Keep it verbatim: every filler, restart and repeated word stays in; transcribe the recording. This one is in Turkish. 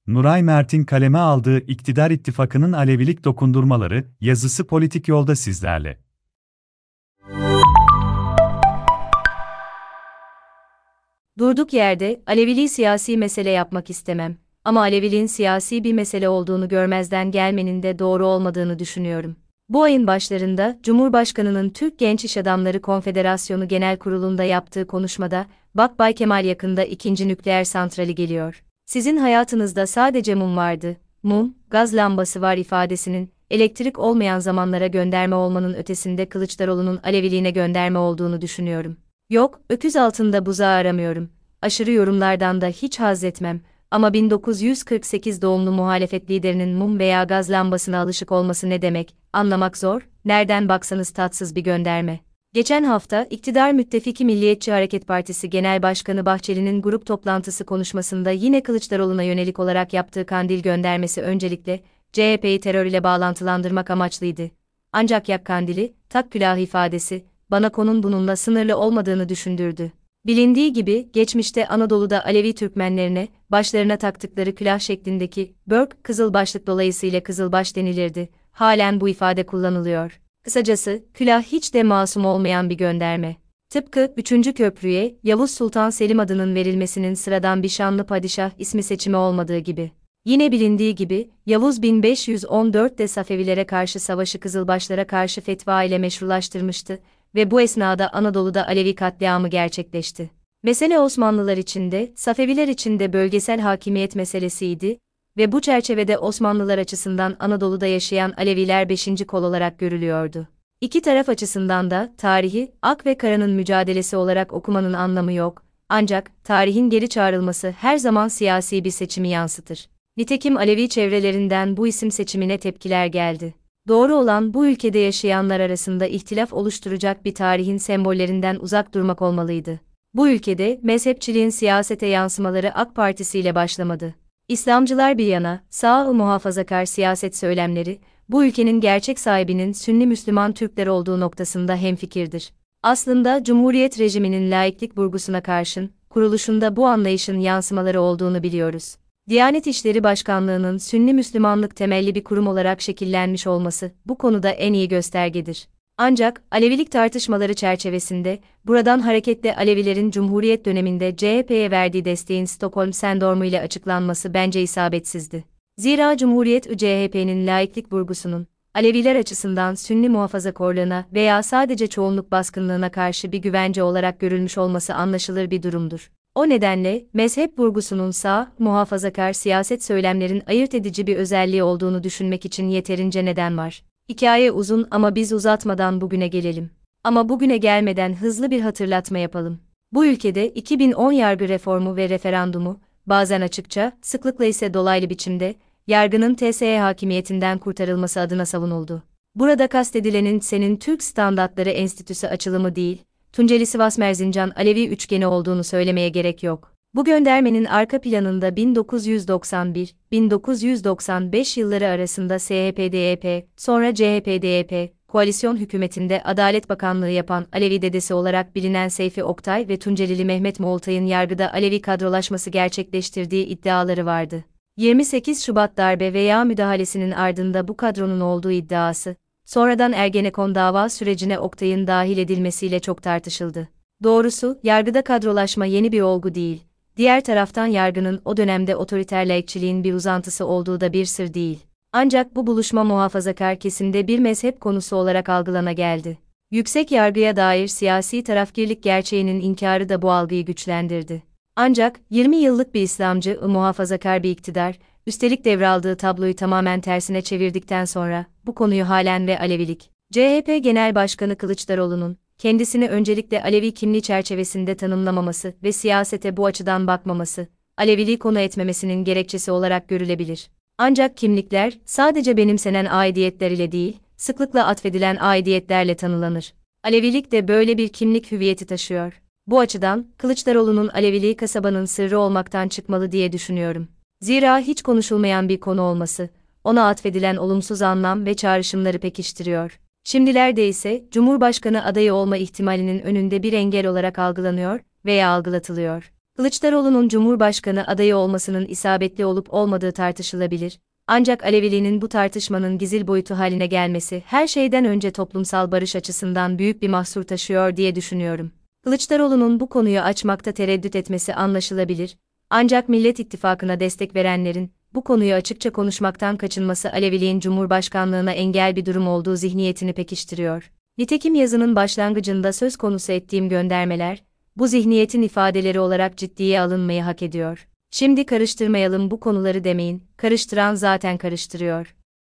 Nuray Mert'in kaleme aldığı İktidar İttifakı'nın Alevilik dokundurmaları yazısı politik yolda sizlerle. Durduk yerde Aleviliği siyasi mesele yapmak istemem. Ama Aleviliğin siyasi bir mesele olduğunu görmezden gelmenin de doğru olmadığını düşünüyorum. Bu ayın başlarında Cumhurbaşkanı'nın Türk Genç İş Adamları Konfederasyonu Genel Kurulu'nda yaptığı konuşmada, "Bak Bay Kemal, yakında ikinci nükleer santrali geliyor. Sizin hayatınızda sadece mum vardı, mum, gaz lambası var" ifadesinin, elektrik olmayan zamanlara gönderme olmanın ötesinde Kılıçdaroğlu'nun Aleviliğine gönderme olduğunu düşünüyorum. Yok, öküz altında buzağı aramıyorum. Aşırı yorumlardan da hiç haz etmem. Ama bin dokuz yüz kırk sekiz doğumlu muhalefet liderinin mum veya gaz lambasına alışık olması ne demek, anlamak zor, nereden baksanız tatsız bir gönderme. Geçen hafta, iktidar müttefiki Milliyetçi Hareket Partisi Genel Başkanı Bahçeli'nin grup toplantısı konuşmasında yine Kılıçdaroğlu'na yönelik olarak yaptığı kandil göndermesi öncelikle, C H P'yi terör ile bağlantılandırmak amaçlıydı. Ancak "yak kandili, tak külahı" ifadesi, bana konunun bununla sınırlı olmadığını düşündürdü. Bilindiği gibi, geçmişte Anadolu'da Alevi Türkmenlerine, başlarına taktıkları külah şeklindeki börk, kızıl başlık dolayısıyla kızılbaş denilirdi. Halen bu ifade kullanılıyor. Kısacası, külah hiç de masum olmayan bir gönderme. Tıpkı üçüncü köprüye Yavuz Sultan Selim adının verilmesinin sıradan bir şanlı padişah ismi seçimi olmadığı gibi. Yine bilindiği gibi, Yavuz bin beş yüz on dört'te Safevilere karşı savaşı Kızılbaşlara karşı fetva ile meşrulaştırmıştı ve bu esnada Anadolu'da Alevi katliamı gerçekleşti. Mesele Osmanlılar için de, Safeviler için de bölgesel hakimiyet meselesiydi ve bu çerçevede Osmanlılar açısından Anadolu'da yaşayan Aleviler beşinci kol olarak görülüyordu. İki taraf açısından da tarihi, ak ve karanın mücadelesi olarak okumanın anlamı yok, ancak tarihin geri çağrılması her zaman siyasi bir seçimi yansıtır. Nitekim Alevi çevrelerinden bu isim seçimine tepkiler geldi. Doğru olan bu ülkede yaşayanlar arasında ihtilaf oluşturacak bir tarihin sembollerinden uzak durmak olmalıydı. Bu ülkede mezhepçiliğin siyasete yansımaları AK Partisi ile başlamadı. İslamcılar bir yana, sağ-ı muhafazakar siyaset söylemleri, bu ülkenin gerçek sahibinin Sünni Müslüman Türkler olduğu noktasında hemfikirdir. Aslında Cumhuriyet rejiminin laiklik vurgusuna karşın, kuruluşunda bu anlayışın yansımaları olduğunu biliyoruz. Diyanet İşleri Başkanlığı'nın Sünni Müslümanlık temelli bir kurum olarak şekillenmiş olması, bu konuda en iyi göstergedir. Ancak, Alevilik tartışmaları çerçevesinde, buradan hareketle Alevilerin Cumhuriyet döneminde C H P'ye verdiği desteğin Stockholm sendromu ile açıklanması bence isabetsizdi. Zira Cumhuriyet C H P'nin laiklik vurgusunun, Aleviler açısından Sünni muhafazakorluğuna veya sadece çoğunluk baskınlığına karşı bir güvence olarak görülmüş olması anlaşılır bir durumdur. O nedenle, mezhep vurgusunun sağ, muhafazakar siyaset söylemlerin ayırt edici bir özelliği olduğunu düşünmek için yeterince neden var. Hikaye uzun ama biz uzatmadan bugüne gelelim. Ama bugüne gelmeden hızlı bir hatırlatma yapalım. Bu ülkede iki bin on yargı reformu ve referandumu, bazen açıkça, sıklıkla ise dolaylı biçimde, yargının T S E hakimiyetinden kurtarılması adına savunuldu. Burada kastedilenin senin Türk Standartları Enstitüsü açılımı değil, Tunceli Sivas Merzincan Alevi üçgeni olduğunu söylemeye gerek yok. Bu göndermenin arka planında bin dokuz yüz doksan bir - bin dokuz yüz doksan beş yılları arasında S H P D Y P, sonra C H P D Y P, koalisyon hükümetinde Adalet Bakanlığı yapan Alevi dedesi olarak bilinen Seyfi Oktay ve Tuncelili Mehmet Moğoltay'ın yargıda Alevi kadrolaşması gerçekleştirdiği iddiaları vardı. yirmi sekiz Şubat darbe veya müdahalesinin ardında bu kadronun olduğu iddiası, sonradan Ergenekon dava sürecine Oktay'ın dahil edilmesiyle çok tartışıldı. Doğrusu, yargıda kadrolaşma yeni bir olgu değil. Diğer taraftan yargının o dönemde otoriter laikçiliğin bir uzantısı olduğu da bir sır değil. Ancak bu buluşma muhafazakar kesimde bir mezhep konusu olarak algılana geldi. Yüksek yargıya dair siyasi tarafgirlik gerçeğinin inkarı da bu algıyı güçlendirdi. Ancak, yirmi yıllık bir İslamcı, muhafazakar bir iktidar, üstelik devraldığı tabloyu tamamen tersine çevirdikten sonra, bu konuyu halen ve Alevilik, C H P Genel Başkanı Kılıçdaroğlu'nun, kendisini öncelikle Alevi kimliği çerçevesinde tanımlamaması ve siyasete bu açıdan bakmaması, Aleviliği konu etmemesinin gerekçesi olarak görülebilir. Ancak kimlikler, sadece benimsenen aidiyetler ile değil, sıklıkla atfedilen aidiyetlerle tanılanır. Alevilik de böyle bir kimlik hüviyeti taşıyor. Bu açıdan, Kılıçdaroğlu'nun Aleviliği kasabanın sırrı olmaktan çıkmalı diye düşünüyorum. Zira hiç konuşulmayan bir konu olması, ona atfedilen olumsuz anlam ve çağrışımları pekiştiriyor. Şimdilerde ise, Cumhurbaşkanı adayı olma ihtimalinin önünde bir engel olarak algılanıyor veya algılatılıyor. Kılıçdaroğlu'nun Cumhurbaşkanı adayı olmasının isabetli olup olmadığı tartışılabilir. Ancak Aleviliğin bu tartışmanın gizil boyutu haline gelmesi her şeyden önce toplumsal barış açısından büyük bir mahsur taşıyor diye düşünüyorum. Kılıçdaroğlu'nun bu konuyu açmakta tereddüt etmesi anlaşılabilir. Ancak Millet İttifakı'na destek verenlerin bu konuyu açıkça konuşmaktan kaçınması Aleviliğin Cumhurbaşkanlığına engel bir durum olduğu zihniyetini pekiştiriyor. Nitekim yazının başlangıcında söz konusu ettiğim göndermeler, bu zihniyetin ifadeleri olarak ciddiye alınmayı hak ediyor. Şimdi karıştırmayalım bu konuları demeyin, karıştıran zaten karıştırıyor.